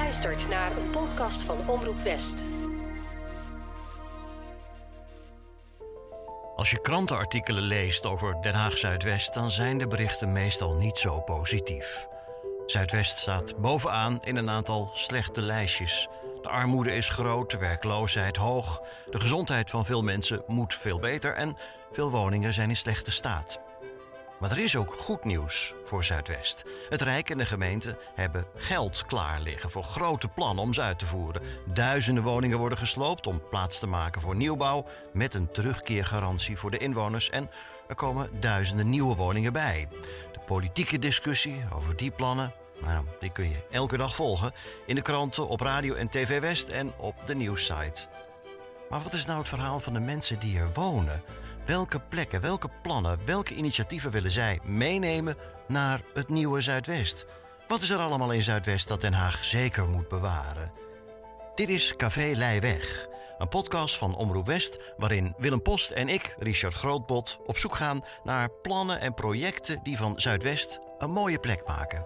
luistert naar een podcast van Omroep West. Als je krantenartikelen leest over Den Haag Zuidwest, dan zijn de berichten meestal niet zo positief. Zuidwest staat bovenaan in een aantal slechte lijstjes. De armoede is groot, de werkloosheid hoog, de gezondheid van veel mensen moet veel beter en veel woningen zijn in slechte staat. Maar er is ook goed nieuws voor Zuidwest. Het Rijk en de gemeente hebben geld klaar liggen voor grote plannen om ze uit te voeren. Duizenden woningen worden gesloopt om plaats te maken voor nieuwbouw met een terugkeergarantie voor de inwoners en er komen duizenden nieuwe woningen bij. De politieke discussie over die plannen, die kun je elke dag volgen in de kranten, op radio en TV West en op de nieuwssite. Maar wat is nou het verhaal van de mensen die er wonen? Welke plekken, welke plannen, welke initiatieven willen zij meenemen naar het nieuwe Zuidwest? Wat is er allemaal in Zuidwest dat Den Haag zeker moet bewaren? Dit is Café Leiweg, een podcast van Omroep West waarin Willem Post en ik, Richard Grootbot, op zoek gaan naar plannen en projecten die van Zuidwest een mooie plek maken.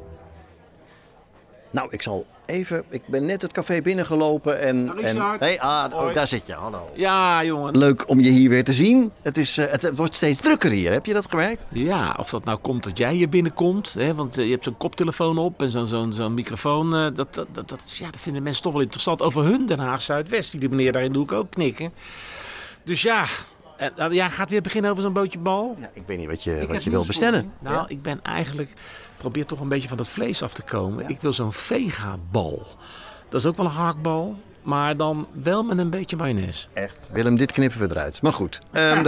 Nou, ik ben net het café binnengelopen en daar zit je, hallo. Ja, jongen. Leuk om je hier weer te zien. Het wordt steeds drukker hier, heb je dat gemerkt? Ja, of dat nou komt dat jij hier binnenkomt, hè, want je hebt zo'n koptelefoon op en zo'n microfoon. Dat vinden mensen toch wel interessant. Over hun Den Haag Zuidwest, die meneer daar in de hoek ook knikken. Dus ja, jij gaat weer beginnen over zo'n bootje bal. Ja, ik weet niet wat je wil bestellen. Nou, ik ben eigenlijk... probeer toch een beetje van dat vlees af te komen. Ja. Ik wil zo'n vegabal. Dat is ook wel een gehaktbal, maar dan wel met een beetje mayonaise. Echt? Willem, dit knippen we eruit. Maar goed.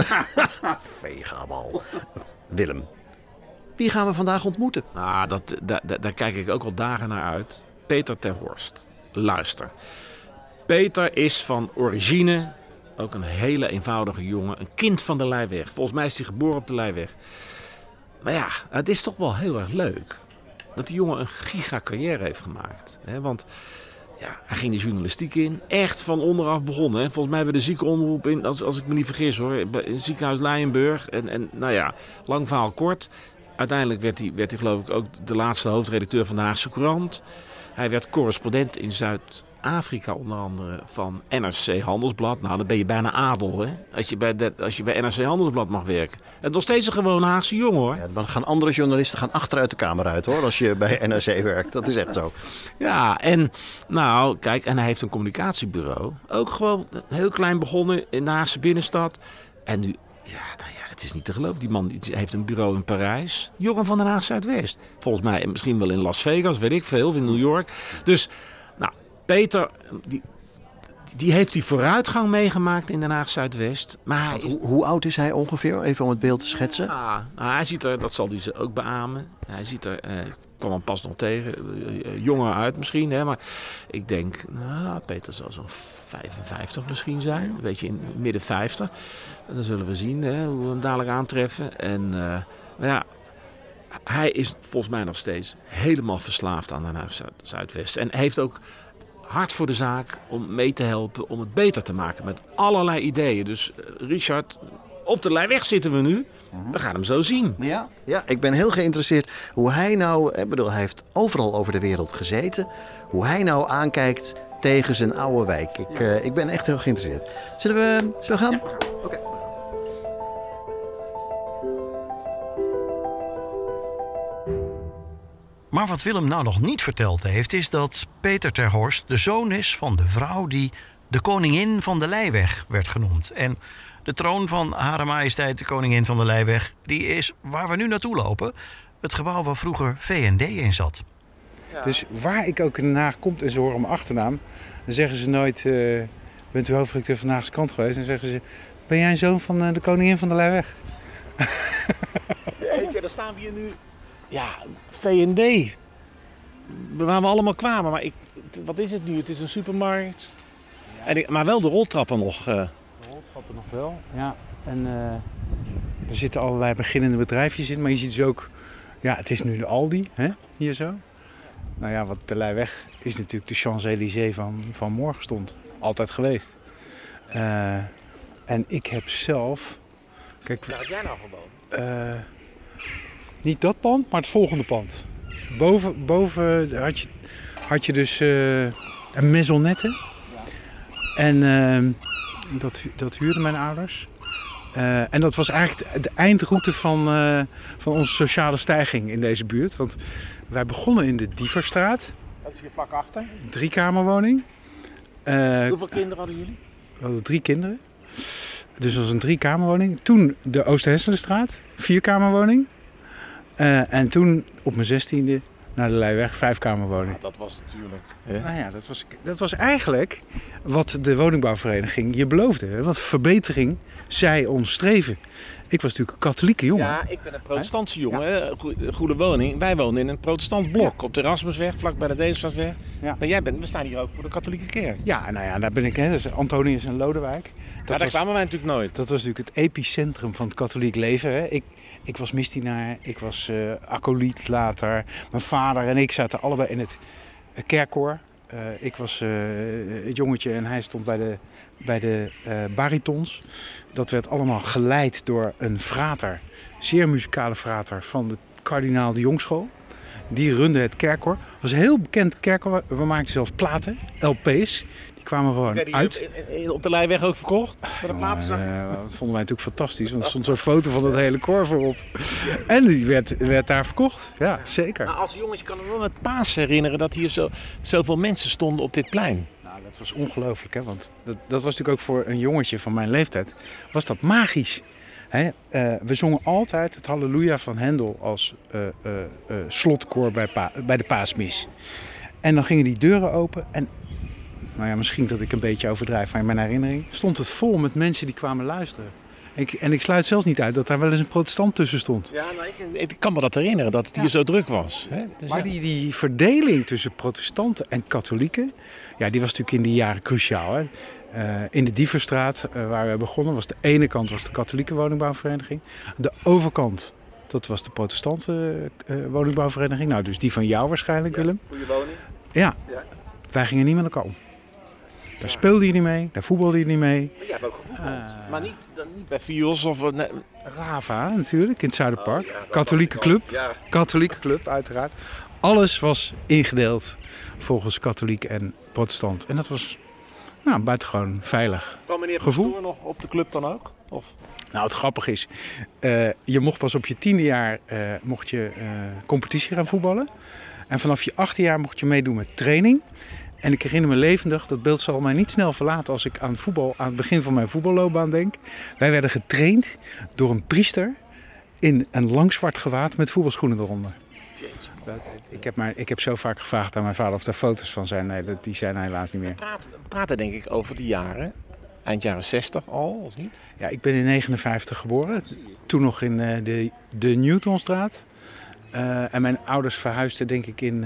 Vegabal. Willem, wie gaan we vandaag ontmoeten? Daar kijk ik ook al dagen naar uit. Peter ter Horst. Luister. Peter is van origine ook een hele eenvoudige jongen. Een kind van de Leiweg. Volgens mij is hij geboren op de Leiweg. Maar ja, het is toch wel heel erg leuk dat die jongen een giga-carrière heeft gemaakt. Want ja, hij ging de journalistiek in, echt van onderaf begonnen. Volgens mij bij de ziekenomroep in, als ik me niet vergis hoor, in het ziekenhuis Leijenburg. En nou ja, lang verhaal kort. Uiteindelijk werd hij geloof ik ook de laatste hoofdredacteur van de Haagse Courant. Hij werd correspondent in Zuid-Afrika onder andere van NRC Handelsblad. Nou, dan ben je bijna adel, hè? Als je bij NRC Handelsblad mag werken. En nog steeds een gewone Haagse jongen, hoor. Ja, dan gaan andere journalisten achteruit de kamer uit, hoor, als je bij NRC werkt. Dat is echt zo. Ja, en nou, kijk, en hij heeft een communicatiebureau. Ook gewoon heel klein begonnen in de Haagse binnenstad. En nu, het is niet te geloven. Die man heeft een bureau in Parijs. Jongen van Den Haag Zuidwest. Volgens mij misschien wel in Las Vegas, weet ik veel, of in New York. Dus, nou, Peter, die heeft die vooruitgang meegemaakt in Den Haag Zuidwest. Maar hoe oud is hij ongeveer? Even om het beeld te schetsen. Hij ziet er, dat zal hij ze ook beamen. Hij ziet er, ik kwam hem pas nog tegen, jonger uit misschien. Hè, maar ik denk, Peter zal zo'n 55 misschien zijn. Een beetje in midden 50. En dan zullen we zien hoe we hem dadelijk aantreffen. En hij is volgens mij nog steeds helemaal verslaafd aan Den Haag Zuidwest. En heeft ook hard voor de zaak om mee te helpen om het beter te maken met allerlei ideeën. Dus Richard, op de Leiweg zitten we nu. We gaan hem zo zien. Ja, ik ben heel geïnteresseerd hoe hij nou, hij heeft overal over de wereld gezeten, hoe hij nou aankijkt tegen zijn oude wijk. Ik ben echt heel geïnteresseerd. Zullen we gaan? Ja, oké. Maar wat Willem nou nog niet verteld heeft, is dat Peter ter Horst de zoon is van de vrouw die de koningin van de Leiweg werd genoemd. En de troon van Hare Majesteit de koningin van de Leiweg, die is waar we nu naartoe lopen. Het gebouw waar vroeger VND in zat. Ja. Dus waar ik ook in Den Haag kom en ze horen mijn achternaam, dan zeggen ze nooit, bent u hoofdredacteur van de Haagse Krant geweest? Dan zeggen ze, ben jij een zoon van de koningin van de Leiweg? Jeetje, daar staan we hier nu. Ja, VND. Waar we allemaal kwamen. Maar wat is het nu? Het is een supermarkt. Ja. Maar wel de roltrappen nog. De roltrappen nog wel, ja. En er zitten allerlei beginnende bedrijfjes in. Maar je ziet dus ook, het is nu de Aldi, hè? Hier zo. Nou ja, wat de Leiweg is natuurlijk de Champs-Élysées van morgen stond. Altijd geweest. En ik heb zelf... Kijk, waar heb jij nou gewoond? Niet dat pand, maar het volgende pand. Boven had je had je dus een maisonnette. En dat huurden mijn ouders. En dat was eigenlijk de eindroute van onze sociale stijging in deze buurt. Want wij begonnen in de Dieverstraat. Dat is hier vlak achter. 3-kamerwoning. Hoeveel kinderen hadden jullie? We hadden 3 kinderen. Dus dat was een 3-kamerwoning. Toen de Oosterhesselenstraat, 4-kamerwoning. En toen op mijn 16e naar de Leiweg, 5-kamerwoning. Ja, dat was natuurlijk... Nou ja, dat was eigenlijk wat de woningbouwvereniging je beloofde. Hè? Wat verbetering zij ons streven. Ik was natuurlijk een katholieke jongen. Ja, ik ben een protestantse jongen. Goede woning. Wij wonen in een protestant blok op de Erasmusweg, vlak bij de Deesvaartsweg. Ja. Maar we staan hier ook voor de katholieke kerk. Ja, nou ja, daar ben ik. Hè. Dus Antonius en Lodewijk. Daar kwamen wij natuurlijk nooit. Dat was natuurlijk het epicentrum van het katholiek leven. Hè. Ik was misdienaar, ik was acoliet later. Mijn vader en ik zaten allebei in het kerkkoor. Ik was het jongetje en hij stond bij de baritons. Dat werd allemaal geleid door een frater, zeer muzikale frater van de kardinaal de Jongschool. Die runde het kerkkoor. Het was een heel bekend kerkkoor. We maakten zelfs platen, LP's. Die kwamen gewoon uit. Op de Leiweg ook verkocht? Met de platen? Dat vonden wij natuurlijk fantastisch. Want er stond zo'n foto van het hele koor voorop. En die werd daar verkocht. Ja, zeker. Maar als jongetje kan ik me wel met Paas herinneren dat hier zoveel mensen stonden op dit plein. Nou, dat was ongelooflijk. Hè? Want dat was natuurlijk ook voor een jongetje van mijn leeftijd. Was dat magisch. Hè? We zongen altijd het Halleluja van Hendel als slotkoor bij de paasmis. En dan gingen die deuren open en nou ja, misschien dat ik een beetje overdrijf van mijn herinnering, stond het vol met mensen die kwamen luisteren. En ik sluit zelfs niet uit dat daar wel eens een protestant tussen stond. Ja, nou, ik kan me dat herinneren, dat het hier zo druk was. Hè? Dus maar die verdeling tussen protestanten en katholieken, ja, die was natuurlijk in die jaren cruciaal. Hè? In de Dieverstraat, waar we begonnen, was de ene kant was de katholieke woningbouwvereniging. De overkant, dat was de protestante woningbouwvereniging. Nou, dus die van jou waarschijnlijk, Willem. Goede woning. Ja, wij gingen niet met elkaar om. Daar speelde je niet mee, daar voetbalde je niet mee. Maar jij hebt ook gevoetbald. Maar niet bij Fios of... Rava natuurlijk, in het Zuiderpark. Katholieke club. Ja. Katholieke club, uiteraard. Alles was ingedeeld volgens katholiek en protestant. En dat was buitengewoon veilig. Kwam meneer gevoel. Pastoor nog op de club dan ook? Of? Nou, het grappige is, je mocht pas op je 10e jaar competitie gaan voetballen. En vanaf je 18e jaar mocht je meedoen met training. En ik herinner me levendig, dat beeld zal mij niet snel verlaten als ik aan het begin van mijn voetballoopbaan denk. Wij werden getraind door een in een lang zwart gewaad met voetbalschoenen eronder. Ik heb zo vaak gevraagd aan mijn vader of daar foto's van zijn. Nee, die zijn er helaas niet meer. We praten denk ik over die jaren. Eind jaren 60 al, of niet? Ja, ik ben in 59 geboren. Toen nog in de Newtonstraat. En mijn ouders verhuisden denk ik in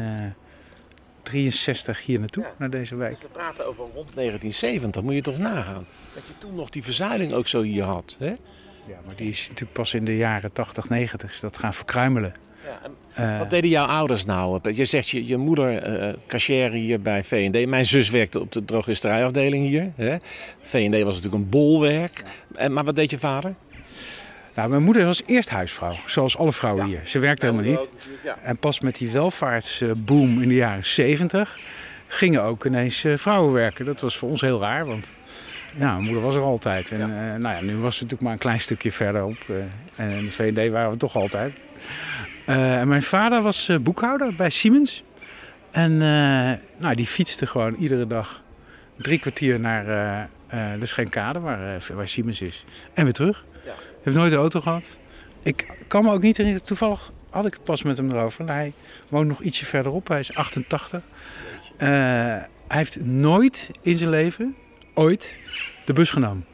63 hier naartoe, naar deze wijk. Dus we praten over rond 1970, moet je toch nagaan. Dat je toen nog die verzuiling ook zo hier had. Hè? Ja, maar die is natuurlijk pas in de jaren 80, 90 dat gaan verkruimelen. Ja, wat deden jouw ouders nou? Je zegt je moeder cashier hier bij V&D. Mijn zus werkte op de drogisterijafdeling hier. Hè? V&D was natuurlijk een bolwerk. Ja. Maar wat deed je vader? Nou, mijn moeder was eerst huisvrouw, zoals alle vrouwen hier. Ze werkte helemaal niet. Ja. En pas met die welvaartsboom in de jaren 70 gingen ook ineens vrouwen werken. Dat was voor ons heel raar, want mijn moeder was er altijd. En nu was ze natuurlijk maar een klein stukje verderop. En in de V&D waren we toch altijd. En mijn vader was boekhouder bij Siemens. En die fietste gewoon iedere dag 3 kwartier naar de Schenkade, waar Siemens is. En weer terug. Ja. Heeft nooit de auto gehad. Ik kan me ook niet herinneren. Toevallig had ik het pas met hem erover. Hij woont nog ietsje verderop. Hij is 88. Hij heeft nooit in zijn leven, ooit, de bus genomen.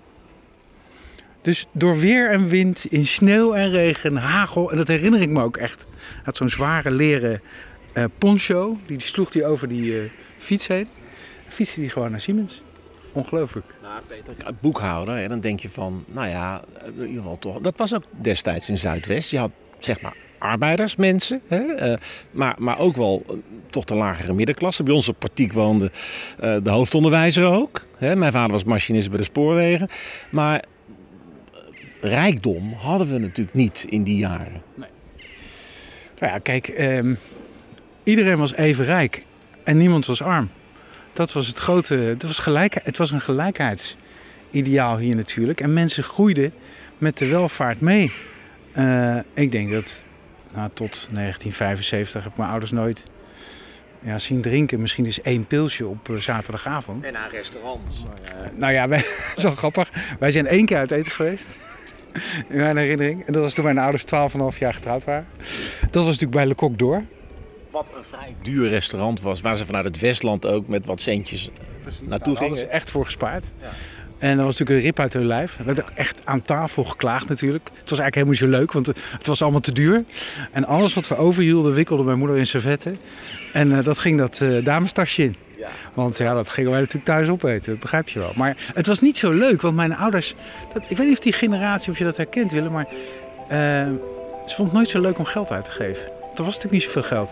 Dus door weer en wind, in sneeuw en regen, hagel. En dat herinner ik me ook echt. Hij had zo'n zware leren poncho. Die sloeg hij over die fiets heen. Fietste hij gewoon naar Siemens. Ongelooflijk. Nou, Peter, boekhouder, hè, dan denk je van, in ieder geval toch. Dat was ook destijds in Zuidwest. Je had, zeg maar, arbeidersmensen, hè, maar ook wel toch de lagere middenklasse. Bij onze partiek woonde de hoofdonderwijzer ook. Hè. Mijn vader was machinist bij de spoorwegen. Maar rijkdom hadden we natuurlijk niet in die jaren. Nee. Nou ja, kijk, iedereen was even rijk. en niemand was arm. Dat was het grote, het was een gelijkheidsideaal hier natuurlijk. En mensen groeiden met de welvaart mee. Ik denk dat tot 1975 heb ik mijn ouders nooit zien drinken. Misschien is 1 pilsje op zaterdagavond. En naar restaurants. Dat is wel grappig. Wij zijn 1 keer uit eten geweest. In mijn herinnering. En dat was toen mijn ouders 12,5 jaar getrouwd waren. Dat was natuurlijk bij Le Coq d'Or. Wat een vrij duur restaurant was. Waar ze vanuit het Westland ook met wat centjes naartoe gingen. Daar echt voor gespaard. Ja. En dat was natuurlijk een rip uit hun lijf. Er werd ook echt aan tafel geklaagd natuurlijk. Het was eigenlijk helemaal niet zo leuk, want het was allemaal te duur. En alles wat we overhielden wikkelde mijn moeder in servetten. En dat ging dat damestasje in. Ja. Want dat gingen wij natuurlijk thuis opeten, dat begrijp je wel. Maar het was niet zo leuk, want mijn ouders... ik weet niet of die generatie, of je dat herkent, Willem, maar... ze vond het nooit zo leuk om geld uit te geven. Er was natuurlijk niet zoveel geld.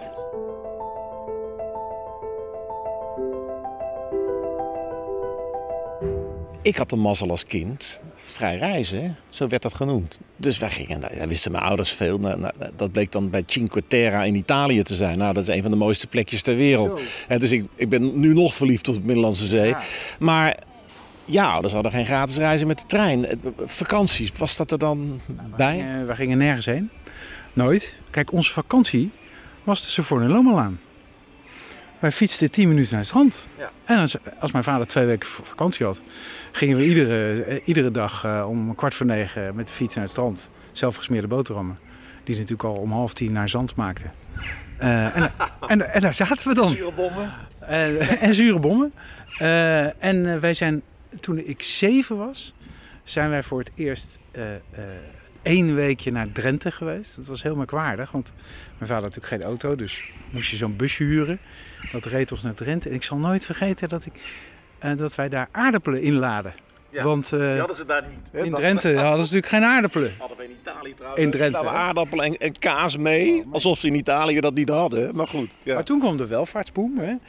Ik had de mazzel als kind, vrij reizen, hè? Zo werd dat genoemd. Dus wij gingen, daar wisten mijn ouders veel. Dat bleek dan bij Cinque Terre in Italië te zijn. Nou, dat is een van de mooiste plekjes ter wereld. Dus ik ben nu nog verliefd op de Middellandse Zee. Ja. Maar ja, ouders hadden geen gratis reizen met de trein. Vakanties, was dat er dan bij? We gingen nergens heen. Nooit. Kijk, onze vakantie was de Savona Lomelaan. Wij fietsten 10 minuten naar het strand. Ja. En als mijn vader 2 weken vakantie had, gingen we iedere dag om 8:45 met de fiets naar het strand. Zelfgesmeerde boterhammen. Die natuurlijk al om 9:30 naar zand maakten. En daar zaten we dan. Zure bommen. En zure bommen. En wij zijn, toen ik 7 was, zijn wij voor het eerst 1 weekje naar Drenthe geweest. Dat was heel merkwaardig, want mijn vader had natuurlijk geen auto, dus moest je zo'n busje huren. Dat reed ons naar Drenthe. En ik zal nooit vergeten dat wij daar aardappelen inladen. Ja, want die hadden ze daar niet. Hè? In Drenthe hadden ze natuurlijk geen aardappelen. Hadden we in Italië trouwens. In Drenthe. We aardappelen en kaas mee, alsof ze in Italië dat niet hadden. Maar goed. Ja. Maar toen kwam de welvaartsboom, hè?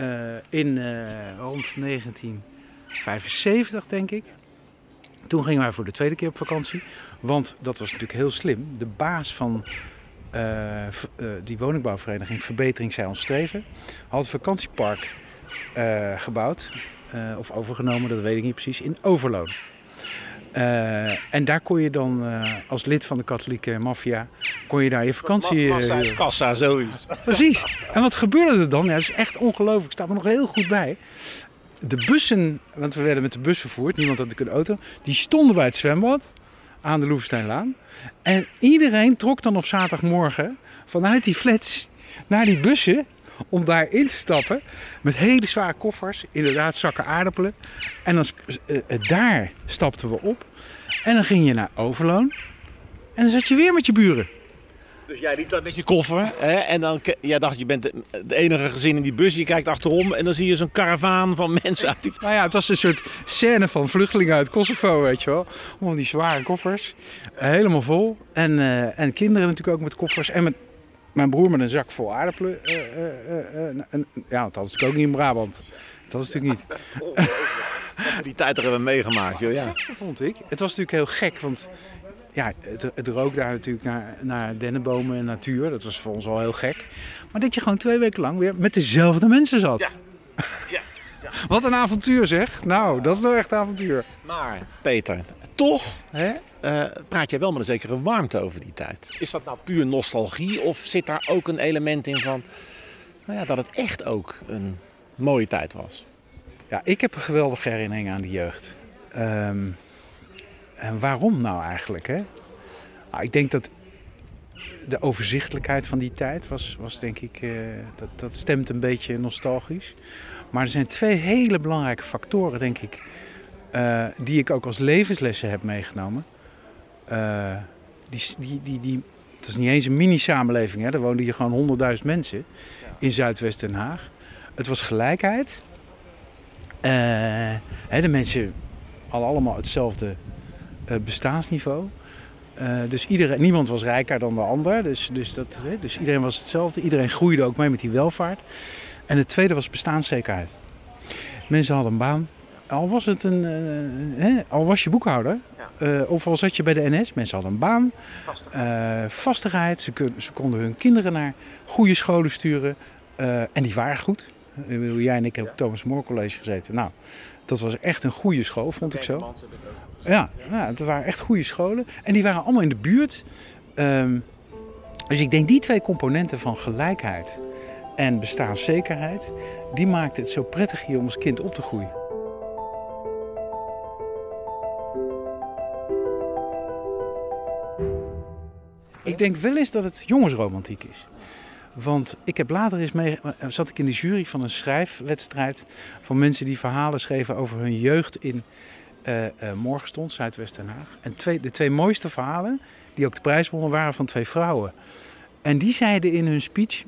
Rond 1975 denk ik. Toen gingen wij voor de 2e keer op vakantie. Want dat was natuurlijk heel slim. De baas van die woningbouwvereniging Verbetering Zij Ons Streven had een vakantiepark gebouwd. Of overgenomen, dat weet ik niet precies, in Overloon. En daar kon je dan als lid van de katholieke maffia, kon je daar je vakantie... Massa's kassa, zoiets. Precies. En wat gebeurde er dan? Ja, dat is echt ongelooflijk. Ik sta me nog heel goed bij. De bussen, want we werden met de bus vervoerd, niemand had een auto, die stonden bij het zwembad aan de Loevesteinlaan. En iedereen trok dan op zaterdagmorgen vanuit die flats naar die bussen om daarin te stappen met hele zware koffers, inderdaad zakken aardappelen. En dan, daar stapten we op en dan ging je naar Overloon en dan zat je weer met je buren. Dus jij liep daar met je koffer, hè? En dan, jij dacht je bent de enige gezin in die bus, je kijkt achterom en dan zie je zo'n karavaan van mensen uit die... Nou ja, het was een soort scène van vluchtelingen uit Kosovo, weet je wel. Om die zware koffers, helemaal vol. En kinderen natuurlijk ook met koffers en met mijn broer met een zak vol aardappelen. Ja, dat hadden ze ook niet in Brabant. Dat was natuurlijk niet. Die tijd hebben we meegemaakt, joh. Ja. Dat vond ik. Het was natuurlijk heel gek, want... Ja, het rook daar natuurlijk naar dennenbomen en natuur. Dat was voor ons al heel gek. Maar dat je gewoon 2 weken lang weer met dezelfde mensen zat. Ja. Wat een avontuur zeg. Nou, dat is nou echt avontuur. Maar Peter, toch praat jij wel met een zekere warmte over die tijd. Is dat nou puur nostalgie of zit daar ook een element in van... dat het echt ook een mooie tijd was? Ja, ik heb een geweldige herinnering aan de jeugd. En waarom nou eigenlijk? Hè? Nou, ik denk dat de overzichtelijkheid van die tijd was denk ik, dat stemt een beetje nostalgisch. Maar er zijn 2 hele belangrijke factoren, denk ik, die ik ook als levenslessen heb meegenomen. Het is niet eens een mini-samenleving, hè? Er woonden hier gewoon 100.000 mensen in Zuidwest Den Haag. Het was gelijkheid. De mensen hadden allemaal hetzelfde bestaansniveau. Dus niemand was rijker dan de ander. Dus iedereen was hetzelfde. Iedereen groeide ook mee met die welvaart. En het tweede was bestaanszekerheid. Mensen hadden een baan. Al was het al was je boekhouder. Ja. Of al zat je bij de NS. Mensen hadden een baan. Vastigheid. Ze konden hun kinderen naar goede scholen sturen. En die waren goed. Jij en ik hebben op Thomas More College gezeten. Nou, dat was echt een goede school, vond ik zo. Ja, dat waren echt goede scholen. En die waren allemaal in de buurt. Dus ik denk die 2 componenten van gelijkheid en bestaanszekerheid, die maakt het zo prettig hier om als kind op te groeien. Ik denk wel eens dat het jongensromantiek is. Want ik heb later eens zat ik in de jury van een schrijfwedstrijd van mensen die verhalen schreven over hun jeugd in Morgenstond, Zuidwest Den Haag. En de 2 mooiste verhalen, die ook de prijs wonnen, waren van 2 vrouwen. En die zeiden in hun speech: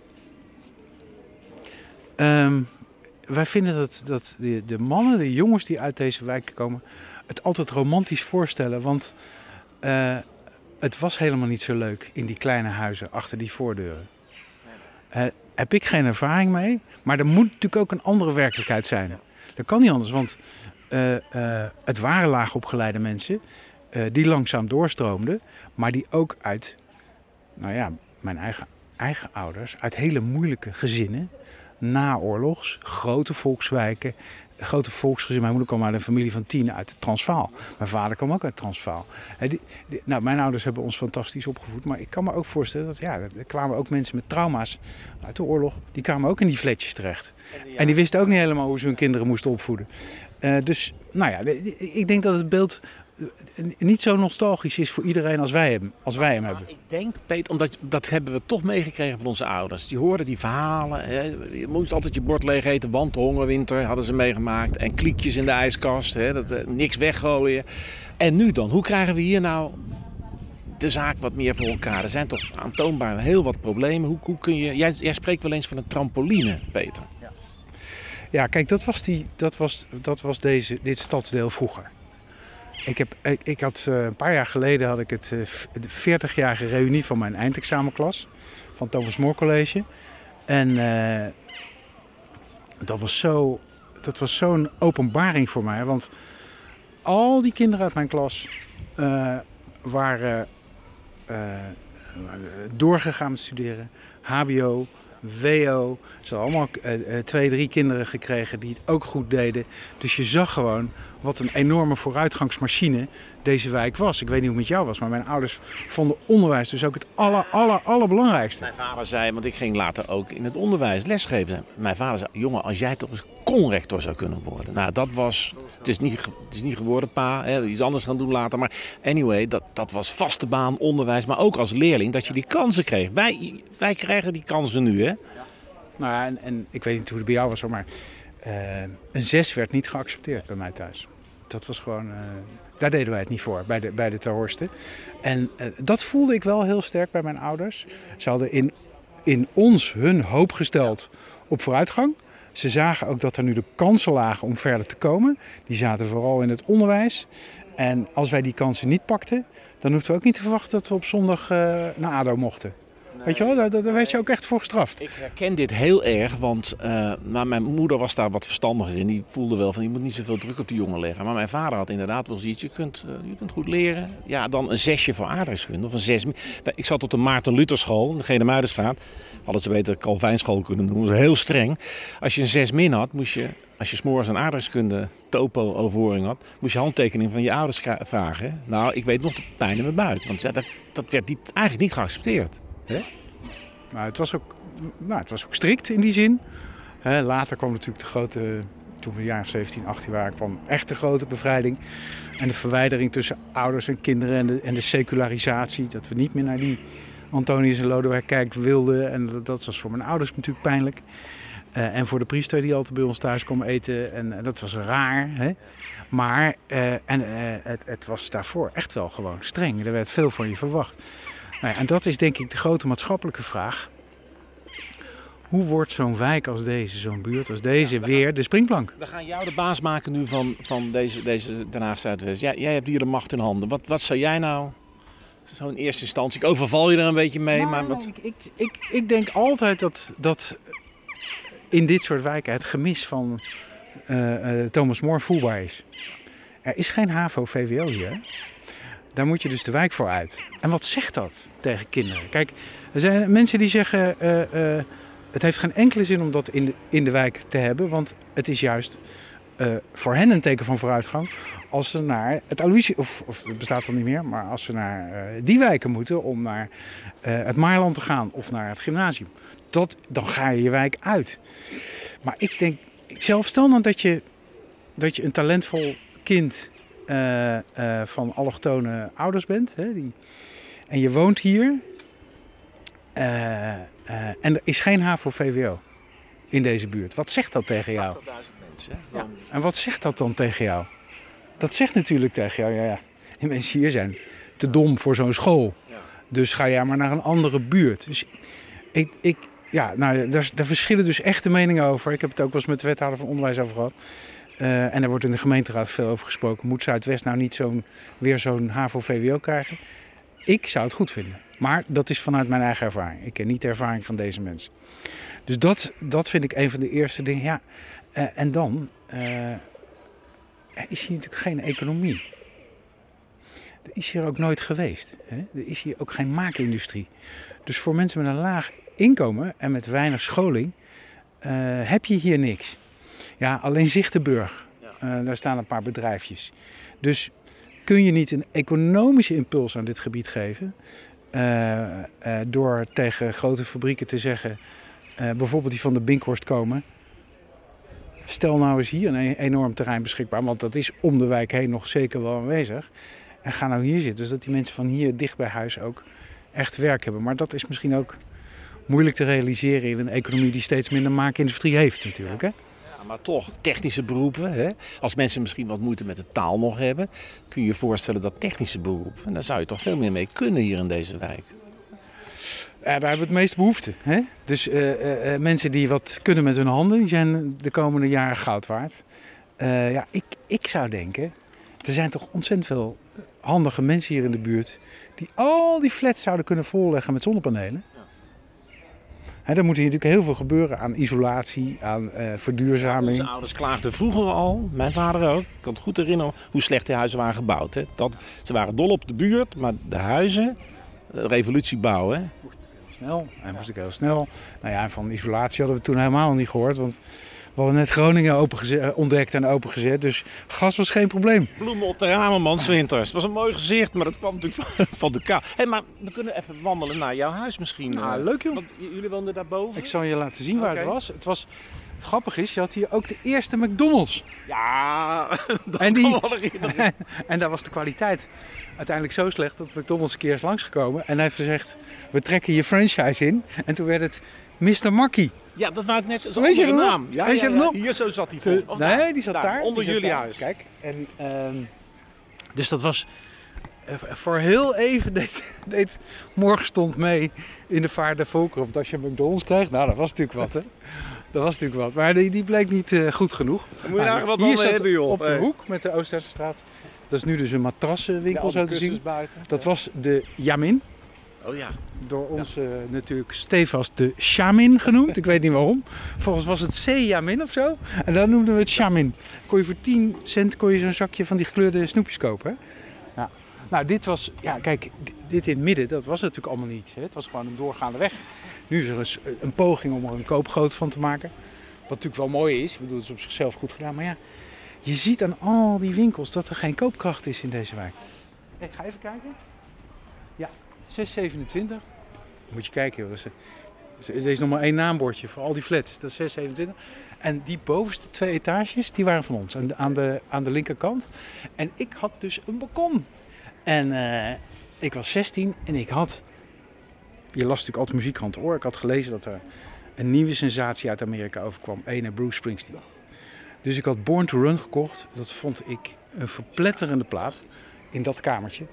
wij vinden dat de mannen, de jongens die uit deze wijk komen, het altijd romantisch voorstellen. Want het was helemaal niet zo leuk in die kleine huizen achter die voordeuren. Heb ik geen ervaring mee, maar er moet natuurlijk ook een andere werkelijkheid zijn. Dat kan niet anders, want het waren laagopgeleide mensen die langzaam doorstroomden, maar die ook uit, mijn eigen ouders, uit hele moeilijke gezinnen, naoorlogs, grote volkswijken, grote volksgezinnen. Mijn moeder kwam uit een familie van 10 uit het Transvaal. Mijn vader kwam ook uit het Transvaal. Mijn ouders hebben ons fantastisch opgevoed, maar ik kan me ook voorstellen dat er kwamen ook mensen met trauma's uit de oorlog, die kwamen ook in die flatjes terecht. En die wisten ook niet helemaal hoe ze hun kinderen moesten opvoeden. Ik denk dat het beeld niet zo nostalgisch is voor iedereen als wij hem hebben. Ik denk, Peet, omdat dat hebben we toch meegekregen van onze ouders. Die hoorden die verhalen. Hè. Je moest altijd je bord leeg eten, want de hongerwinter hadden ze meegemaakt. En kliekjes in de ijskast, hè, niks weggooien. En nu dan? Hoe krijgen we hier nou de zaak wat meer voor elkaar? Er zijn toch aantoonbaar heel wat problemen. Hoe kun je? Jij spreekt wel eens van een trampoline, Peter. Ja, kijk, dat was dit stadsdeel vroeger. Ik had een paar jaar geleden had ik de 40-jarige reunie van mijn eindexamenklas van Thomas More College. En dat was zo'n openbaring voor mij, want al die kinderen uit mijn klas waren doorgegaan met studeren, HBO, WO. Ze hadden allemaal 2, 3 kinderen gekregen die het ook goed deden. Dus je zag gewoon wat een enorme vooruitgangsmachine deze wijk was. Ik weet niet hoe het met jou was, maar mijn ouders vonden onderwijs dus ook het allerbelangrijkste. Mijn vader zei, want ik ging later ook in het onderwijs lesgeven. Mijn vader zei, jongen, als jij toch eens conrector zou kunnen worden. Nou, het is niet geworden, pa. Hè, iets anders gaan doen later. Maar anyway, dat was vaste baan, onderwijs. Maar ook als leerling, dat je die kansen kreeg. Wij krijgen die kansen nu, hè? Ja. Nou ja, en ik weet niet hoe het bij jou was, maar een 6 werd niet geaccepteerd bij mij thuis. Dat was gewoon, daar deden wij het niet voor, bij de Ter Horsten. En dat voelde ik wel heel sterk bij mijn ouders. Ze hadden in ons hun hoop gesteld op vooruitgang. Ze zagen ook dat er nu de kansen lagen om verder te komen. Die zaten vooral in het onderwijs. En als wij die kansen niet pakten, dan hoefden we ook niet te verwachten dat we op zondag naar ADO mochten. Nee. Weet je wel, daar werd je ook echt voor gestraft. Ik herken dit heel erg, want mijn moeder was daar wat verstandiger in. Die voelde wel van, je moet niet zoveel druk op die jongen leggen. Maar mijn vader had inderdaad wel zoiets, je kunt goed leren. Ja, dan een 6 voor aardrijkskunde of een 6. Ik zat op de Maarten Luther School, in de Genemuidenstraat. Hadden ze beter Calvijnschool kunnen doen, dat was heel streng. Als je een 6 had, moest je, als je 's morgens een aardrijkskunde topo-overhoring had, moest je handtekening van je ouders vragen. Nou, ik weet nog de pijn in mijn buik, want dat werd eigenlijk niet geaccepteerd. He? Nou, het was ook strikt in die zin. Later kwam natuurlijk de grote, toen we een jaar of 17, 18 waren, kwam echt de grote bevrijding. En de verwijdering tussen ouders en kinderen en de secularisatie. Dat we niet meer naar die Antonius en Lodewijk Kijk wilden. En dat was voor mijn ouders natuurlijk pijnlijk. En voor de priester die altijd bij ons thuis kwam eten. En dat was raar. Hè? Maar het was daarvoor echt wel gewoon streng. Er werd veel van je verwacht. Nou ja, en dat is denk ik de grote maatschappelijke vraag. Hoe wordt zo'n wijk als deze, zo'n buurt als deze weer de springplank? We gaan jou de baas maken nu van deze Den Haag Zuidwest. Jij hebt hier de macht in handen. Wat zou jij nou, zo in eerste instantie, ik overval je er een beetje mee. Maar wat... Ik denk altijd dat in dit soort wijken het gemis van Thomas More voelbaar is. Er is geen HAVO-VWO hier. Daar moet je dus de wijk voor uit. En wat zegt dat tegen kinderen? Kijk, er zijn mensen die zeggen, het heeft geen enkele zin om dat in de wijk te hebben. Want het is juist voor hen een teken van vooruitgang. Als ze naar het Aloysius, of het bestaat dan niet meer. Maar als ze naar die wijken moeten om naar het Maarland te gaan of naar het gymnasium. Dan ga je wijk uit. Maar ik denk, stel dan dat je een talentvol kind van allochtone ouders bent. Hè, en je woont hier. En er is geen HAVO-VWO in deze buurt. Wat zegt dat tegen jou? 80.000 mensen. Hè? Ja. En wat zegt dat dan tegen jou? Dat zegt natuurlijk tegen jou, die mensen hier zijn te dom voor zo'n school. Ja. Dus ga jij maar naar een andere buurt. Dus daar verschillen dus echt de meningen over. Ik heb het ook wel eens met de wethouder van onderwijs over gehad. En er wordt in de gemeenteraad veel over gesproken. Moet Zuidwest nou niet weer zo'n HAVO-VWO krijgen? Ik zou het goed vinden. Maar dat is vanuit mijn eigen ervaring. Ik ken niet de ervaring van deze mensen. Dus dat vind ik een van de eerste dingen. Ja. En dan is hier natuurlijk geen economie. Er is hier ook nooit geweest. Hè? Er is hier ook geen maakindustrie. Dus voor mensen met een laag inkomen en met weinig scholing heb je hier niks. Ja, alleen Zichtenburg. Daar staan een paar bedrijfjes. Dus kun je niet een economische impuls aan dit gebied geven door tegen grote fabrieken te zeggen, bijvoorbeeld die van de Binkhorst komen, stel nou eens hier een enorm terrein beschikbaar, want dat is om de wijk heen nog zeker wel aanwezig. En ga nou hier zitten, zodat die mensen van hier dicht bij huis ook echt werk hebben. Maar dat is misschien ook moeilijk te realiseren in een economie die steeds minder maakindustrie heeft natuurlijk. Hè? Ja, maar toch, technische beroepen. Hè? Als mensen misschien wat moeite met de taal nog hebben, kun je je voorstellen dat technische beroepen, en daar zou je toch veel meer mee kunnen hier in deze wijk. Ja, daar hebben we het meeste behoefte. Hè? Dus mensen die wat kunnen met hun handen, die zijn de komende jaren goud waard. Ik zou denken, er zijn toch ontzettend veel handige mensen hier in de buurt die al die flats zouden kunnen volleggen met zonnepanelen. Ja. Er moet hier natuurlijk heel veel gebeuren aan isolatie, aan verduurzaming. Onze ouders klaagden vroeger al, mijn vader ook. Ik kan het goed herinneren hoe slecht die huizen waren gebouwd. Hè? Ze waren dol op de buurt, maar de huizen, revolutie bouwen. Hè? Moest ik heel snel. Nou ja, van isolatie hadden we toen helemaal nog niet gehoord. Want we hadden net Groningen ontdekt en opengezet. Dus gas was geen probleem. Bloemen op de ramen, man, 's winters. Het was een mooi gezicht, maar dat kwam natuurlijk van de kou. Hey, maar we kunnen even wandelen naar jouw huis misschien. Nou, leuk joh. Want jullie woonden daarboven? Ik zal je laten zien waar het was. Grappig is, je had hier ook de eerste McDonald's. Ja, dat kan wel herinneren. En daar was de kwaliteit uiteindelijk zo slecht dat McDonald's een keer is langsgekomen. En hij heeft gezegd, we trekken je franchise in. En toen werd het Mr. Makkie. Ja, dat wou ik net zo. Weet je de naam? Ja, Weet je het nog? Hier zo zat hij voor. Nee, die zat daar. Onder die jullie zat huis. Kijk. En, dus dat was voor heel even deed Morgenstond mee in de vaart der volkeren. Want als je McDonald's kreeg, nou dat was natuurlijk wat hè. Dat was natuurlijk wat. Maar die bleek niet goed genoeg. Dan moet je daar wat onder hebben joh. Op de hoek met de Oosterstraat. Dat is nu dus een matrassenwinkel zo te zien. Buiten. Dat was de Yamin. Oh ja. Door ons natuurlijk stevast de Chamin genoemd. Ik weet niet waarom. Volgens was het C-Yamin of zo. En dan noemden we het Chamin. Kon je voor 10 cent zo'n zakje van die gekleurde snoepjes kopen. Hè? Ja. Nou, dit was... Ja, kijk, dit in het midden, dat was natuurlijk allemaal niet. Hè? Het was gewoon een doorgaande weg. Nu is er een poging om er een koopgoot van te maken. Wat natuurlijk wel mooi is. Ik bedoel, het is op zichzelf goed gedaan. Maar ja, je ziet aan al die winkels dat er geen koopkracht is in deze wijk. Ik ga even kijken. Ja, 627. Moet je kijken, joh. Er is nog maar 1 naambordje voor al die flats. Dat is 627. En die bovenste 2 etages, die waren van ons. Aan de linkerkant. En ik had dus een balkon. En ik was 16 en ik had... Je las natuurlijk altijd muziekkranten hoor. Ik had gelezen dat er een nieuwe sensatie uit Amerika overkwam. Ene Bruce Springsteen. Dus ik had Born to Run gekocht. Dat vond ik een verpletterende plaat in dat kamertje.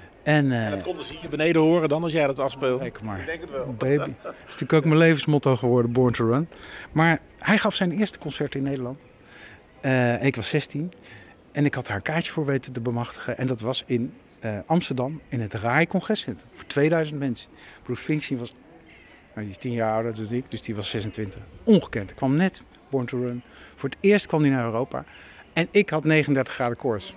En dat konden ze hier beneden horen dan als jij dat afspeelt. Kijk maar. Ik denk het wel. Baby. Dat is natuurlijk ook mijn levensmotto geworden, Born to Run. Maar hij gaf zijn eerste concert in Nederland. En ik was 16. En ik had haar kaartje voor weten te bemachtigen. En dat was in Amsterdam in het RAI Congrescentrum. Voor 2000 mensen. Bruce Springsteen was... Nou, die is 10 jaar ouder dan ik, dus die was 26. Ongekend. Ik kwam net Born to Run. Voor het eerst kwam hij naar Europa. En ik had 39 graden koorts.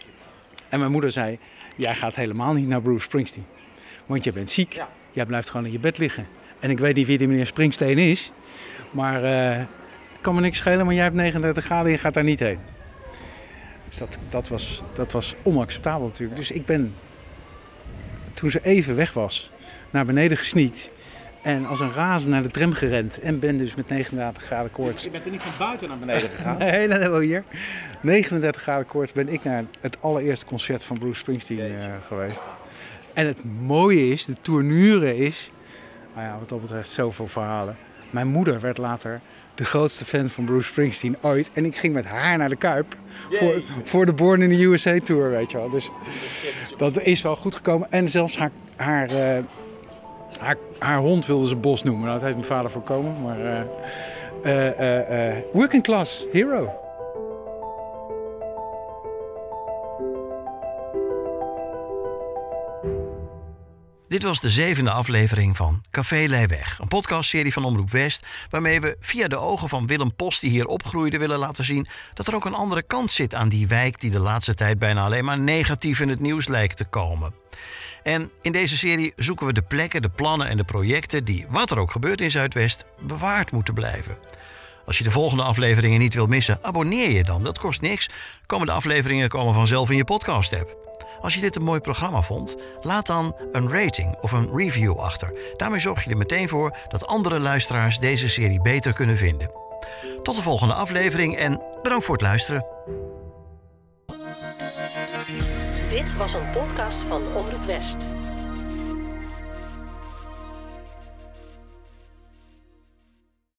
En mijn moeder zei... Jij gaat helemaal niet naar Bruce Springsteen. Want je bent ziek. Ja. Jij blijft gewoon in je bed liggen. En ik weet niet wie die meneer Springsteen is. Maar kan me niks schelen, maar jij hebt 39 graden en je gaat daar niet heen. Dus dat was onacceptabel natuurlijk. Dus ik ben, toen ze even weg was, naar beneden gesneakt. En als een razen naar de tram gerend. En ben dus met 39 graden koorts. Je bent er niet van buiten naar beneden gegaan? Nee, dat wel hier. 39 graden koorts ben ik naar het allereerste concert van Bruce Springsteen geweest. En het mooie is, de tournure is, nou ja, wat dat betreft zoveel verhalen. Mijn moeder werd later de grootste fan van Bruce Springsteen ooit. En ik ging met haar naar de Kuip voor de Born in the USA tour, weet je wel. Dus dat is wel goed gekomen. En zelfs haar hond wilde ze Bos noemen. Nou, dat heeft mijn vader voorkomen. Maar working class hero. Dit was de 7e aflevering van Café Leijweg, een podcastserie van Omroep West, waarmee we via de ogen van Willem Post, die hier opgroeide, willen laten zien dat er ook een andere kant zit aan die wijk die de laatste tijd bijna alleen maar negatief in het nieuws lijkt te komen. En in deze serie zoeken we de plekken, de plannen en de projecten die, wat er ook gebeurt in Zuidwest, bewaard moeten blijven. Als je de volgende afleveringen niet wilt missen, abonneer je dan. Dat kost niks. Komende afleveringen komen vanzelf in je podcast-app. Als je dit een mooi programma vond, laat dan een rating of een review achter. Daarmee zorg je er meteen voor dat andere luisteraars deze serie beter kunnen vinden. Tot de volgende aflevering en bedankt voor het luisteren. Dit was een podcast van Omroep West.